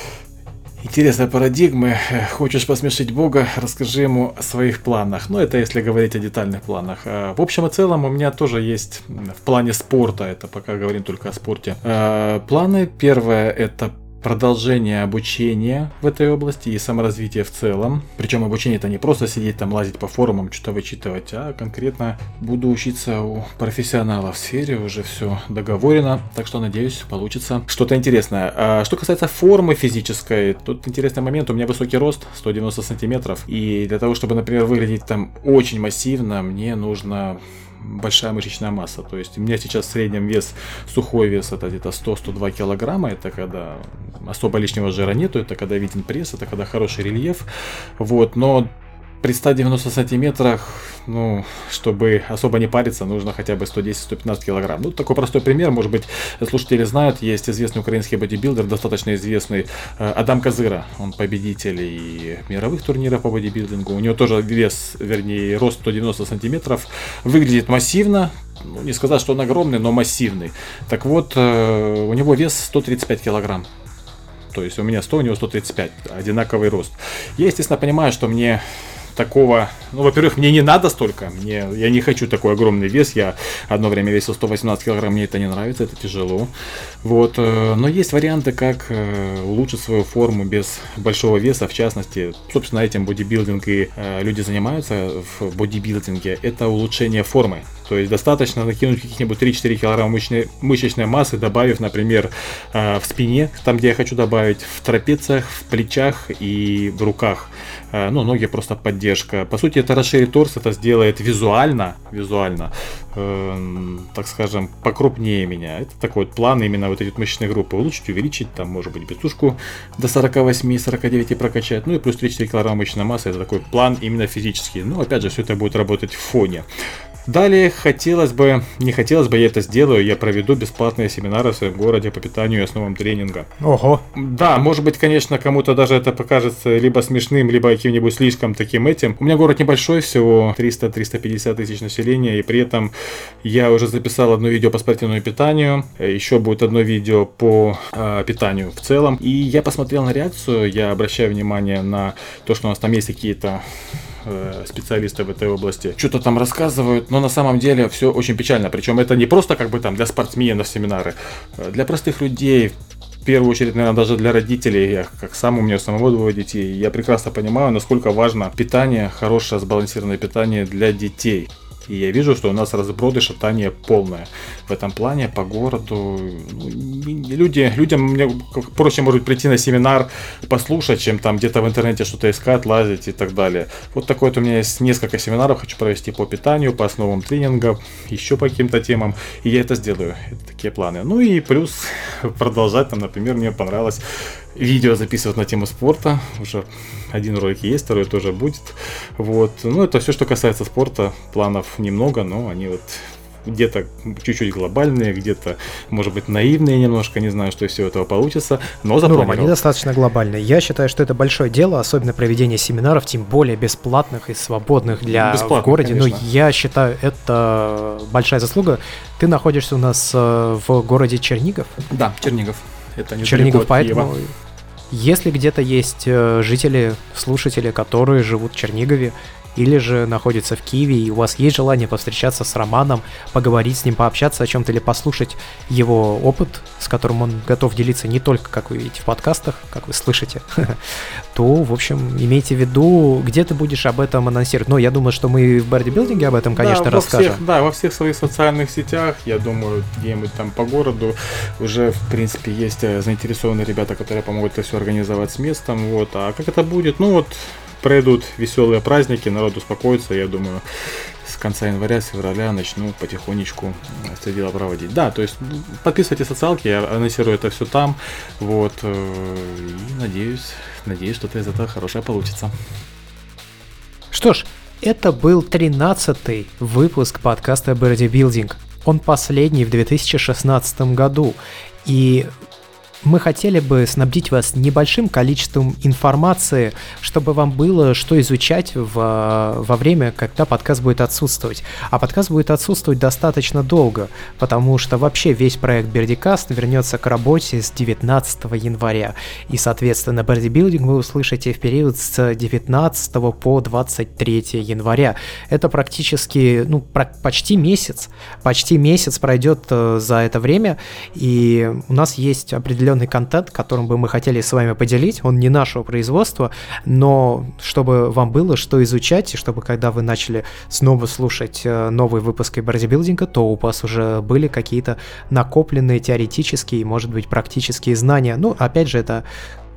интересной парадигмы. Хочешь посмешить Бога, расскажи ему о своих планах. Ну, это если говорить о детальных планах. В общем и целом, у меня тоже есть в плане спорта, это пока говорим только о спорте, планы. Первое — это продолжение обучения в этой области и саморазвитие в целом. Причем обучение — это не просто сидеть там, лазить по форумам, что-то вычитывать, а конкретно буду учиться у профессионала в сфере, уже все договорено, так что, надеюсь, получится что-то интересное. А что касается формы физической, тут интересный момент, у меня высокий рост, сто девяносто сантиметров, и для того, чтобы, например, выглядеть там очень массивно, мне нужно большая мышечная масса. То есть у меня сейчас в среднем вес, сухой вес, это где-то сто - сто два килограмма. Это когда особо лишнего жира нету, это когда виден пресс, это когда хороший рельеф. Вот, но при ста девяноста сантиметрах, ну, чтобы особо не париться, нужно хотя бы сто десять - сто пятнадцать килограмм. Ну, такой простой пример, может быть, слушатели знают, есть известный украинский бодибилдер, достаточно известный, Адам Козыра. Он победитель и мировых турниров по бодибилдингу. У него тоже вес, вернее, рост сто девяносто сантиметров. Выглядит массивно. Ну, не сказать, что он огромный, но массивный. Так вот, у него вес сто тридцать пять килограмм. То есть у меня сто, у него сто тридцать пять. Одинаковый рост. Я, естественно, понимаю, что мне такого, ну, во-первых, мне не надо столько, мне, я не хочу такой огромный вес, я одно время весил сто восемнадцать килограмм, мне это не нравится, это тяжело, вот, но есть варианты, как улучшить свою форму без большого веса, в частности, собственно, этим бодибилдинг и люди занимаются в бодибилдинге, это улучшение формы. То есть достаточно накинуть каких-нибудь три-четыре килограмма мышечной, мышечной массы, добавив, например, в спине, там где я хочу добавить, в трапециях, в плечах и в руках. Ну, ноги просто поддержка. По сути, это расширит торс, это сделает визуально, визуально, э, так скажем, покрупнее меня. Это такой вот план, именно вот эти вот мышечные группы улучшить, увеличить, там, может быть, бицушку до сорок восемь - сорок девять прокачать. Ну и плюс три-четыре килограмма мышечной массы, это такой план именно физический. Ну, опять же, все это будет работать в фоне. Далее хотелось бы, не хотелось бы, я это сделаю, я проведу бесплатные семинары в своем городе по питанию и основам тренинга. Ого! Да, может быть, конечно, кому-то даже это покажется либо смешным, либо каким-нибудь слишком таким этим. У меня город небольшой, всего триста - триста пятьдесят тысяч населения, и при этом я уже записал одно видео по спортивному питанию, еще будет одно видео по э, питанию в целом. И я посмотрел на реакцию, я обращаю внимание на то, что у нас там есть какие-то специалисты в этой области что-то там рассказывают, но на самом деле все очень печально. Причем это не просто как бы там для спортсменов семинары, для простых людей, в первую очередь, наверное, даже для родителей. Я как сам, у меня самого двое детей, я прекрасно понимаю, насколько важно питание, хорошее сбалансированное питание для детей. И я вижу, что у нас разброд и шатание полное. В этом плане по городу люди, людям мне проще, может быть, прийти на семинар, послушать, чем там где-то в интернете что-то искать, лазить и так далее. Вот такой вот у меня есть несколько семинаров, хочу провести по питанию, по основам тренинга, еще по каким-то темам. И я это сделаю. Это такие планы. Ну и плюс продолжать, там, например, мне понравилось видео записывать на тему спорта. Уже один ролик есть, второй тоже будет. Вот. Ну, это все, что касается спорта. Планов немного, но они вот где-то чуть-чуть глобальные, где-то, может быть, наивные немножко, не знаю, что из всего этого получится, но запланировал. Ну, Рома, они достаточно глобальные. Я считаю, что это большое дело, особенно проведение семинаров, тем более бесплатных и свободных для в городе. Но я считаю, это большая заслуга. Ты находишься у нас э, в городе Чернигов? Да, Чернигов. Это не Чернигов, поэтому... Если где-то есть э, жители, слушатели, которые живут в Чернигове, или же находится в Киеве, и у вас есть желание повстречаться с Романом, поговорить с ним, пообщаться о чем-то или послушать его опыт, с которым он готов делиться не только, как вы видите, в подкастах, как вы слышите, то, в общем, имейте в виду, где ты будешь об этом анонсировать. Но я думаю, что мы в бодибилдинге об этом, конечно, да, расскажем. Всех, да, во всех своих социальных сетях, я думаю, где-нибудь там по городу уже, в принципе, есть заинтересованные ребята, которые помогут это все организовать с местом. Вот. А как это будет? Ну вот, пройдут веселые праздники, народ успокоится, я думаю, с конца января, с февраля начну потихонечку это дело проводить. Да, то есть подписывайтесь социалки, я анонсирую это все там. Вот. И надеюсь, надеюсь, что-то из этого хорошее получится. Что ж, это был тринадцатый выпуск подкаста Бодибилдинг. Он последний в две тысячи шестнадцатом году. И мы хотели бы снабдить вас небольшим количеством информации, чтобы вам было что изучать в, во время, когда подкаст будет отсутствовать. А подкаст будет отсутствовать достаточно долго, потому что вообще весь проект Бердикаст вернется к работе с девятнадцатого января. И, соответственно, бодибилдинг вы услышите в период с девятнадцатого по двадцать третье января. Это практически, ну, про- почти месяц. Почти месяц пройдет э, за это время, и у нас есть определенный контент, которым бы мы хотели с вами поделить. Он не нашего производства, но чтобы вам было что изучать, и чтобы когда вы начали снова слушать новые выпуски бодибилдинга, то у вас уже были какие-то накопленные теоретические, может быть, практические знания. Ну, опять же, это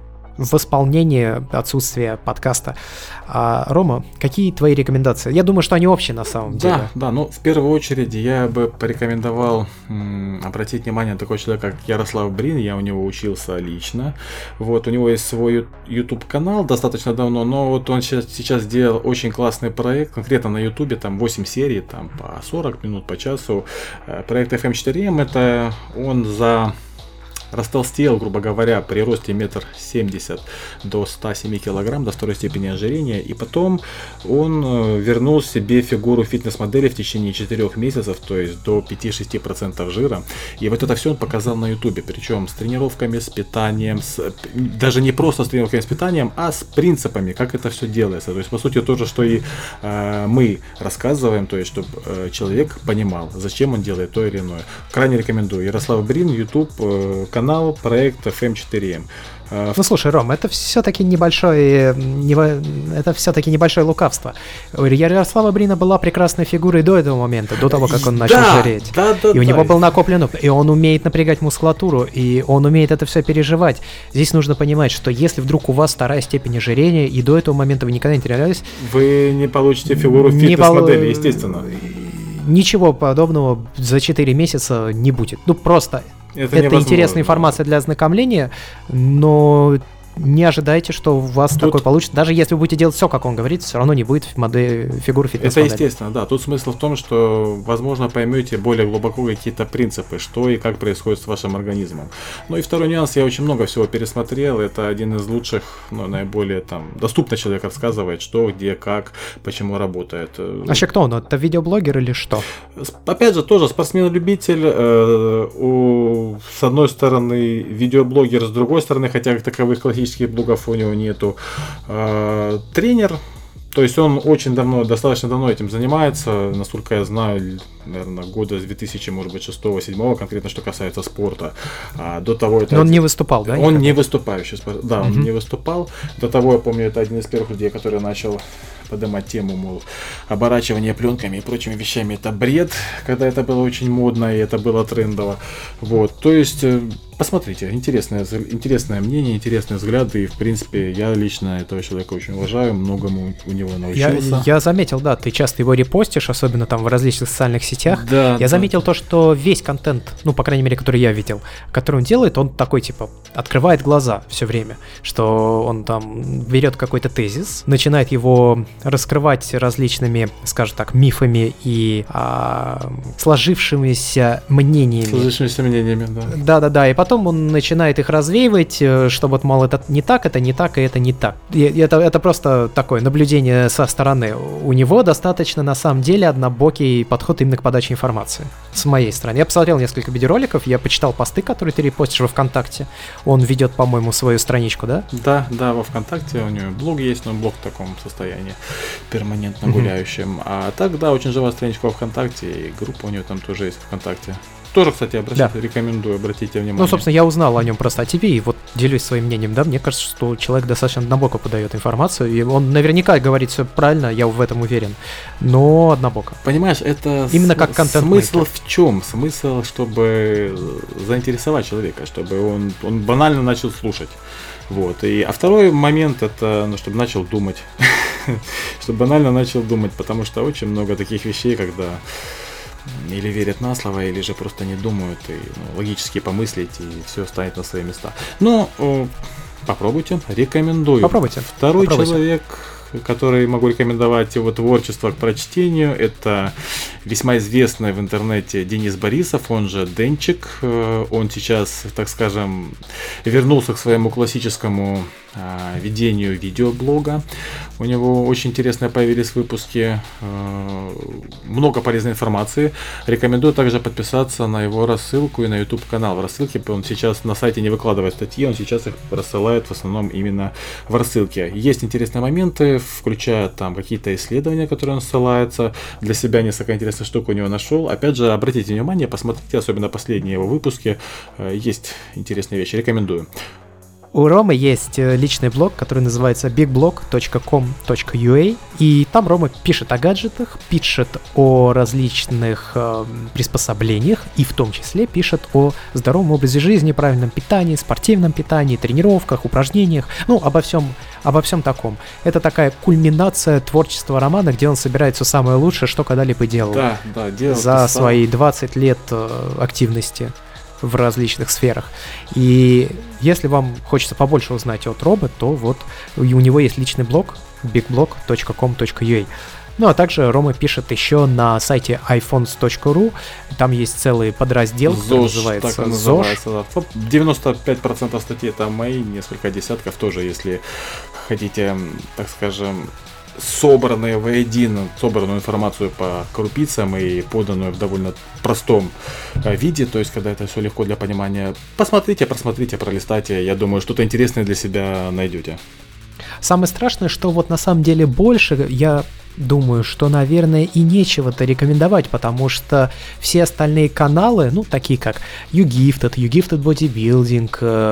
восполнение отсутствия подкаста. А, Рома, какие твои рекомендации? Я думаю, что они общие на самом деле. Да, да, ну в первую очередь я бы порекомендовал м, обратить внимание на такого человека, как Ярослав Брин, я у него учился лично. Вот, у него есть свой YouTube-канал достаточно давно, но вот он сейчас, сейчас сделал очень классный проект, конкретно на YouTube, там восемь серий, там по сорок минут, по часу. Проект эф эм четыре эм, это он за... растолстел, грубо говоря, при росте метр семьдесят до ста семи килограмм, до второй степени ожирения, и потом он вернул себе фигуру фитнес-модели в течение четырёх месяцев, то есть до пяти-шести процентов жира, и вот это все он показал на ютубе, причем с тренировками, с питанием, с, даже не просто с тренировками, с питанием, а с принципами, как это все делается, то есть по сути то же, что и э, мы рассказываем, то есть чтобы э, человек понимал, зачем он делает то или иное. Крайне рекомендую. Ярослав Брин, YouTube, э, канал, проект эф эм четыре эм. Ну слушай, Ром, это все-таки небольшое, это все-таки небольшое лукавство. У Ярослава Брина была прекрасная фигура и до этого момента, до того, как он начал да, жиреть. Да, да, и у да. него был накоплен опыт, и он умеет напрягать мускулатуру, и он умеет это все переживать. Здесь нужно понимать, что если вдруг у вас вторая степень ожирения, и до этого момента вы никогда не тренировались, вы не получите фигуру фитнес-модели, пол... естественно. Ничего подобного за четыре месяца не будет. Ну просто... Это, это интересная информация для ознакомления, но не ожидайте, что у вас тут такое получится. Даже если вы будете делать все, как он говорит, все равно не будет модель, фигуры фитнес-модели. Это естественно, да. Тут смысл в том, что, возможно, поймете более глубоко какие-то принципы, что и как происходит с вашим организмом. Ну и второй нюанс, я очень много всего пересмотрел. Это один из лучших, ну, наиболее там доступно человек рассказывает, что, где, как, почему работает. А вообще кто он? Это видеоблогер или что? Опять же, тоже спортсмен-любитель. Э, у, с одной стороны, видеоблогер, с другой стороны, хотя как таковых классических блогов у него нету. Э, тренер, то есть он очень давно, достаточно давно этим занимается, насколько я знаю, наверное, года с две тысячи, может быть, шестого-седьмого, конкретно что касается спорта. А до того это... Но он не выступал, да? Он никогда? не выступающий, да, он угу. не выступал. До того, я помню, это один из первых людей, который начал поднимать тему, мол, оборачивание пленками и прочими вещами это бред, когда это было очень модно и это было трендово. Вот, то есть посмотрите, интересное, интересное мнение, интересные взгляды, и в принципе я лично этого человека очень уважаю, многому у него научился. Я, я заметил, да, ты часто его репостишь, особенно там в различных социальных сетях. Да, я да. заметил то, что весь контент, ну, по крайней мере, который я видел, который он делает, он такой, типа, открывает глаза все время, что он там берет какой-то тезис, начинает его раскрывать различными, скажем так, мифами и а, сложившимися мнениями. Сложившимися мнениями, да. Да-да-да, и потом потом он начинает их развеивать, что вот, мол, это не так, это не так, и это не так. И это, это просто такое наблюдение со стороны. У него достаточно, на самом деле, однобокий подход именно к подаче информации. С моей стороны. Я посмотрел несколько видеороликов, я почитал посты, которые ты репостишь во ВКонтакте. Он ведет, по-моему, свою страничку, да? Да, да, во ВКонтакте у него блог есть, но блог в таком состоянии перманентно гуляющем. Mm-hmm. А так, да, очень живая страничка во ВКонтакте, и группа у него там тоже есть ВКонтакте. Тоже, кстати, обратите, да. рекомендую, обратите внимание. Ну, собственно, я узнал о нем просто о тебе, и вот делюсь своим мнением, да, мне кажется, что человек достаточно однобоко подает информацию, и он наверняка говорит все правильно, я в этом уверен, но однобоко. Понимаешь, это именно как контент-мейкер. Смысл в чем? Смысл, чтобы заинтересовать человека, чтобы он, он банально начал слушать. Вот. И, а второй момент, это, ну, чтобы начал думать. Чтобы банально начал думать, потому что очень много таких вещей, когда или верят на слово, или же просто не думают, и ну, логически помыслить, и все станет на свои места. Но о, попробуйте, рекомендую. Попробуйте. Второй Попробуйте. человек, который могу рекомендовать его творчество к прочтению, это весьма известный в интернете Денис Борисов, он же Денчик. Он сейчас, так скажем, вернулся к своему классическому а, ведению видеоблога. У него очень интересные появились выпуски, а, много полезной информации. Рекомендую также подписаться на его рассылку и на YouTube канал. В рассылке он сейчас на сайте не выкладывает статьи, он сейчас их рассылает в основном именно в рассылке. Есть интересные моменты, включая там какие-то исследования, которые он ссылается. Для себя несколько интересных штук у него нашел. Опять же, обратите внимание, посмотрите, особенно последние его выпуски. Есть интересные вещи, рекомендую. У Ромы есть личный блог, который называется биг блог точка ком точка ю а, и там Рома пишет о гаджетах, пишет о различных э, приспособлениях, и в том числе пишет о здоровом образе жизни, правильном питании, спортивном питании, тренировках, упражнениях, ну, обо всем, обо всем таком. Это такая кульминация творчества Романа, где он собирает все самое лучшее, что когда-либо делал. Да, да, делал за писал. Свои двадцать лет э, активности в различных сферах. И если вам хочется побольше узнать от Ромы, то вот у него есть личный блог биг блог точка ком точка ю а. Ну а также Рома пишет еще на сайте айфонс точка ру, там есть целый подраздел, который называется так ЗОЖ. девяносто пять процентов статей там мои, несколько десятков тоже, если хотите, так скажем, собранные воедино, собранную информацию по крупицам и поданную в довольно простом виде, то есть когда это все легко для понимания. Посмотрите, просмотрите, пролистайте, я думаю, что-то интересное для себя найдете. Самое страшное, что вот на самом деле больше я думаю, что, наверное, и нечего-то рекомендовать, потому что все остальные каналы, ну, такие как YouGifted, YouGifted Bodybuilding,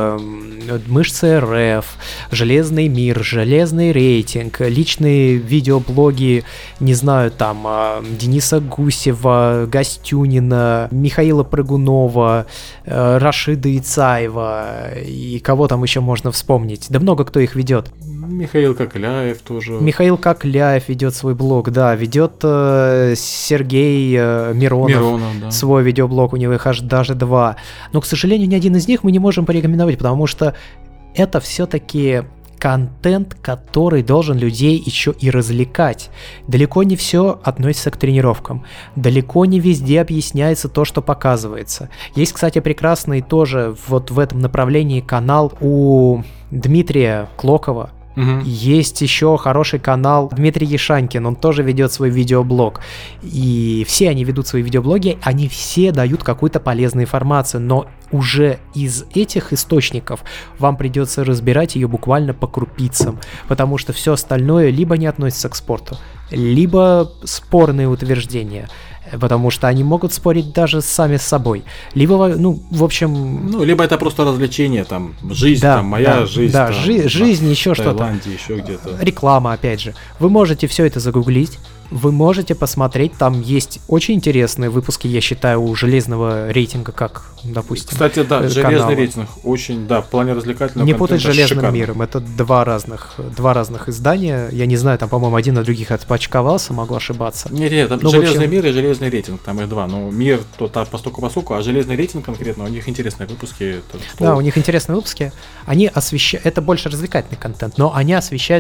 э, Мышцы РФ, Железный мир, Железный рейтинг, личные видеоблоги, не знаю, там, э, Дениса Гусева, Гостюнина, Михаила Прыгунова, э, Рашида Ицаева, и кого там еще можно вспомнить. Да много кто их ведет. Михаил Кокляев тоже. Михаил Кокляев ведет свой блог, да, ведет э, Сергей э, Миронов, Миронов да. свой видеоблог, у него их аж даже два. Но, к сожалению, ни один из них мы не можем порекомендовать, потому что это все-таки контент, который должен людей еще и развлекать. Далеко не все относится к тренировкам. Далеко не везде объясняется то, что показывается. Есть, кстати, прекрасный тоже вот в этом направлении канал у Дмитрия Клокова. Угу. Есть еще хороший канал Дмитрий Ешанькин, он тоже ведет свой видеоблог. И все они ведут свои видеоблоги, они все дают какую-то полезную информацию, но уже из этих источников вам придется разбирать ее буквально по крупицам, потому что все остальное либо не относится к спорту, либо спорные утверждения, потому что они могут спорить даже сами с собой. Либо, ну, в общем... Ну, либо это просто развлечение, там, жизнь, да, там, моя да, жизнь. Да, там, жи- жизнь, еще в что-то. В Таиланде, еще где-то. Реклама, опять же. Вы можете все это загуглить, вы можете посмотреть, там есть очень интересные выпуски, я считаю, у Железного рейтинга, как, допустим, кстати, да, канала. Железный рейтинг очень, да, в плане развлекательного не путать с Железным шикарно. миром, это два разных, два разных издания, я не знаю, там, по-моему, один на других отпочковался, могу ошибаться. Нет, нет, там ну, Железный общем... мир и Железный рейтинг, там их два, но мир то так постольку-поскольку, а Железный рейтинг конкретно, у них интересные выпуски. Да, у них интересные выпуски, они освещают, это больше развлекательный контент, но они освещают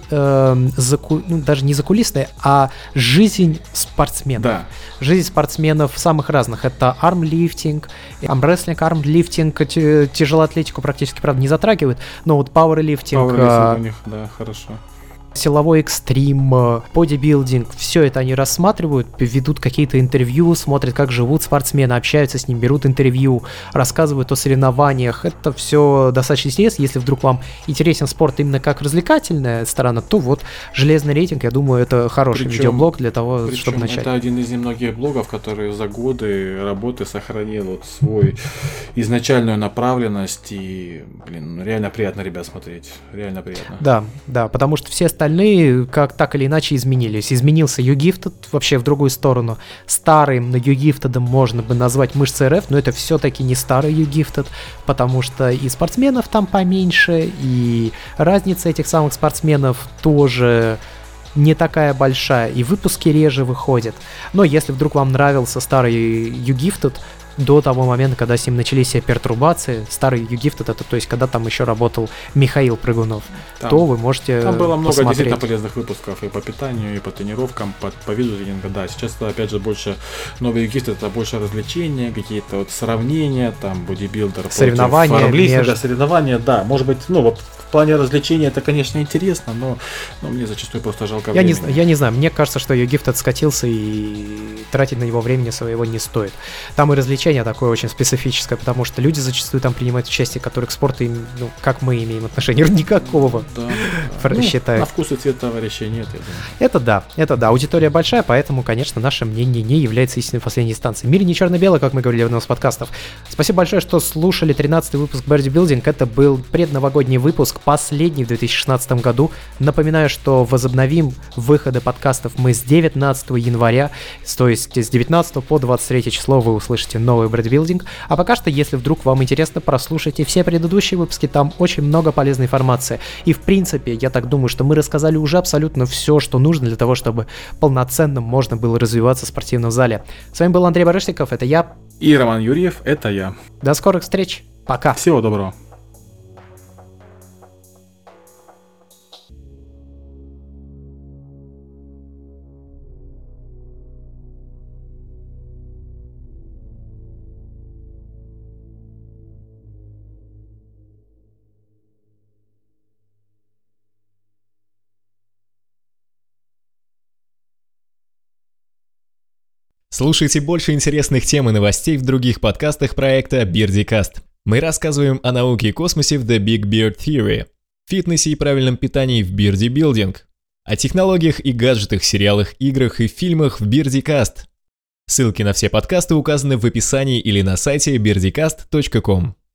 э, заку... ну, даже не закулисная, а жизнь спортсменов. Да. Жизнь спортсменов самых разных. Это армлифтинг, армрестлинг, армлифтинг, тяжелоатлетику практически, правда, не затрагивает, но вот пауэрлифтинг, Пауэрлифтинг у них, да, хорошо. Силовой экстрим, бодибилдинг, все это они рассматривают, ведут какие-то интервью, смотрят, как живут спортсмены, общаются с ним, берут интервью, рассказывают о соревнованиях. Это все достаточно интересно. Если вдруг вам интересен спорт именно как развлекательная сторона, то вот «Железный рейтинг», я думаю, это хороший причем, видеоблог для того, причем чтобы начать. Это один из немногих блогов, который за годы работы сохранил вот свой изначальную направленность, и, блин, реально приятно ребят смотреть, реально приятно. Да, да, потому что все остальные Остальные как так или иначе изменились. Изменился YouGifted вообще в другую сторону. Старым на YouGifted можно бы назвать Мышцы РФ, но это все-таки не старый YouGifted, потому что и спортсменов там поменьше, и разница этих самых спортсменов тоже не такая большая, и выпуски реже выходят. Но если вдруг вам нравился старый YouGifted, до того момента, когда с ним начались все пертурбации, старый YouGifted, это то есть когда там еще работал Михаил Прыгунов, там, то вы можете Там было много посмотреть. Действительно полезных выпусков и по питанию, и по тренировкам, по, по виду тренинга. Да, сейчас это опять же больше новый YouGifted, это больше развлечения, какие-то вот сравнения, там бодибилдер, соревнования, между... да, соревнования, да, может быть, ну вот в плане развлечения это, конечно, интересно, но, но мне зачастую просто жалко я времени. Не, я не знаю, мне кажется, что YouGifted скатился и тратить на него времени своего не стоит. Там и развлечения такое очень специфическое, потому что люди зачастую там принимают участие, которые к спорту, ну, как мы имеем отношения, никакого, да, да. Ну, считаю. На вкус и цвет товарищей нет, я думаю. Это да, это да, аудитория большая, поэтому, конечно, наше мнение не является истинной последней инстанцией. В мире не черно-белое, как мы говорили в одном из подкастов. Спасибо большое, что слушали тринадцатый выпуск Бодибилдинг. Это был предновогодний выпуск, последний в две тысячи шестнадцатом году. Напоминаю, что возобновим выходы подкастов мы с девятнадцатого января, то есть с девятнадцатого по двадцать третье число вы услышите новый бодибилдинг. А пока что, если вдруг вам интересно, прослушайте все предыдущие выпуски, там очень много полезной информации. И в принципе, я так думаю, что мы рассказали уже абсолютно все, что нужно для того, чтобы полноценно можно было развиваться в спортивном зале. С вами был Андрей Барышников, это я. И Роман Юрьев, это я. До скорых встреч, пока. Всего доброго. Слушайте больше интересных тем и новостей в других подкастах проекта BeardyCast. Мы рассказываем о науке и космосе в The Big Beard Theory, фитнесе и правильном питании в Bodybuilding, о технологиях и гаджетах, сериалах, играх и фильмах в BeardyCast. Ссылки на все подкасты указаны в описании или на сайте beardycast точка ком.